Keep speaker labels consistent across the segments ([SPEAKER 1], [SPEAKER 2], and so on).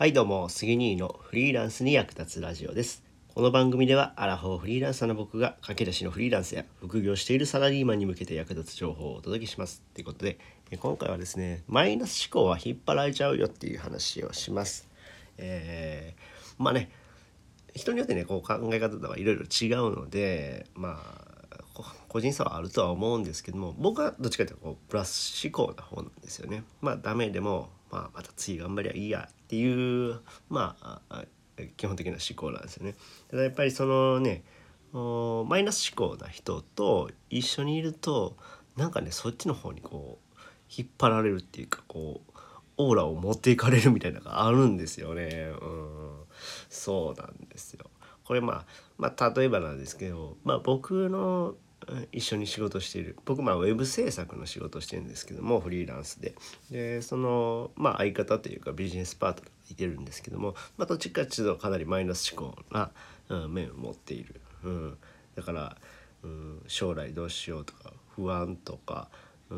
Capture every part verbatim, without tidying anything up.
[SPEAKER 1] はいどうも、杉兄のフリーランスに役立つラジオです。この番組ではアラフォーフリーランサーの僕が駆け出しのフリーランスや副業しているサラリーマンに向けて役立つ情報をお届けします。ということで、今回はですね、マイナス思考は引っ張られちゃうよっていう話をします。えー、まあね、人によってね、こう考え方とかいろいろ違うので、まあ個人差はあるとは思うんですけども、僕はどっちかというとこうプラス思考な方なんですよね。まあダメでも、まあ、また次頑張りゃいいやっていう、まあ基本的な思考なんですよね。ただやっぱりそのね、マイナス思考な人と一緒にいると、なんかね、そっちの方にこう引っ張られるっていうか、こうオーラを持っていかれるみたいなのがあるんですよね。うん、そうなんですよ。これまあまあ例えばなんですけど、まあ僕の一緒に仕事している僕まあウェブ制作の仕事をしてるんですけども、フリーランスででそのまあ相方というかビジネスパートナーがいてるんですけども、まあどっちかっていうとかなりマイナス思考な、うん、面を持っている、うん、だから、うん、将来どうしようとか不安とか、うん、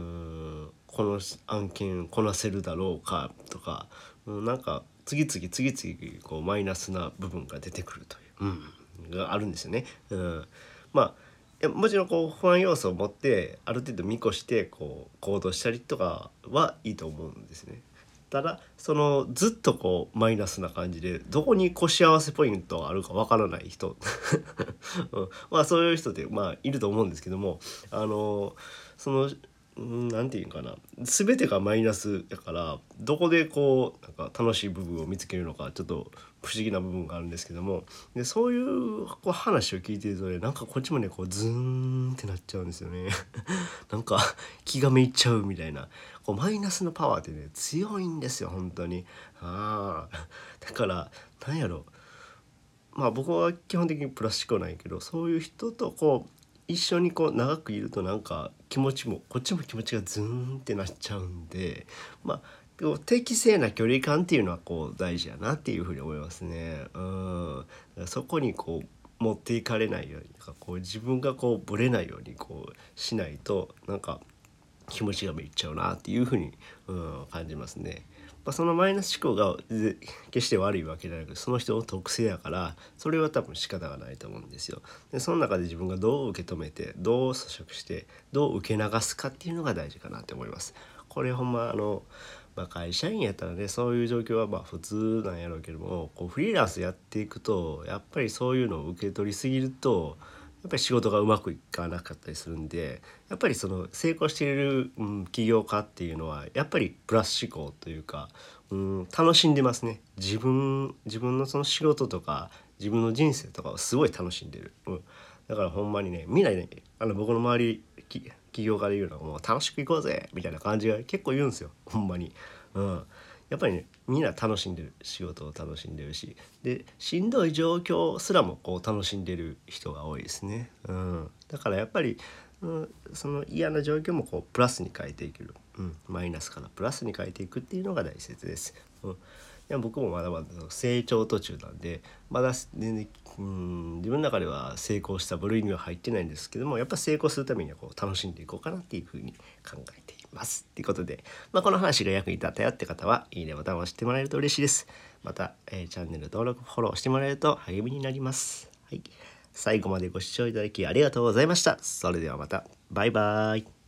[SPEAKER 1] この案件こなせるだろうかとか、うん、なんか次々次々こうマイナスな部分が出てくるという、うん、があるんですよね。うん、まあいやもちろんこう不安要素を持ってある程度見越してこう行動したりとかはいいと思うんですね。ただそのずっとこうマイナスな感じでどこに腰合わせポイントがあるかわからない人、うん、まあそういう人ってまあいると思うんですけども、あのそのなんていうかな、全てがマイナスだからどこでこうなんか楽しい部分を見つけるのかちょっと不思議な部分があるんですけども、でそういうこう話を聞いてるとね、なんかこっちもねこうズーンってなっちゃうんですよね。なんか気がめいっちゃうみたいな、こうマイナスのパワーってね強いんですよ本当に。ああ、だからなんやろ、まあ僕は基本的にプラス思考なんやけど、そういう人とこう一緒にこう長くいるとなんか気持ちもこっちも気持ちがズーンってなっちゃうんで、まあ適正な距離感っていうのはこう大事やなっていうふうに思いますね。うん、そこにこう持っていかれないように、なんかこう自分がこうブレないようにこうしないとなんか気持ちがめいっちゃうなっていうふうに、うん、感じますね。まあ、そのマイナス思考が決して悪いわけじゃなく、その人の特性やからそれは多分仕方がないと思うんですよ。でその中で自分がどう受け止めてどう咀嚼してどう受け流すかっていうのが大事かなって思います。これほんまあの、まあ、会社員やったらねそういう状況はまあ普通なんやろうけども、こうフリーランスやっていくとやっぱりそういうのを受け取りすぎるとやっぱり仕事がうまくいかなかったりするんで、やっぱりその成功している、うん、起業家っていうのはやっぱりプラス思考というか、うん、楽しんでますね。自分自分のその仕事とか自分の人生とかをすごい楽しんでる、うん、だからほんまにね、みんなね、あの僕の周り起業家で言うのはもう楽しくいこうぜみたいな感じが結構言うんですよほんまに。うん、やっぱりねみんな楽しんでる、仕事を楽しんでるし、でしんどい状況すらもこう楽しんでる人が多いですね。うん、だからやっぱり、うん、その嫌な状況もこうプラスに変えていける、うん、マイナスからプラスに変えていくっていうのが大切です。うん、いや僕もまだまだ成長途中なんでまだ全然、うん、自分の中では成功した部類には入ってないんですけども、やっぱ成功するためにはこう楽しんでいこうかなっていうふうに考えていますということで、まあ、この話が役に立ったよって方はいいねボタンを押してもらえると嬉しいです。また、えー、チャンネル登録フォローしてもらえると励みになります。はい、最後までご視聴いただきありがとうございました。それではまた。バイバイ。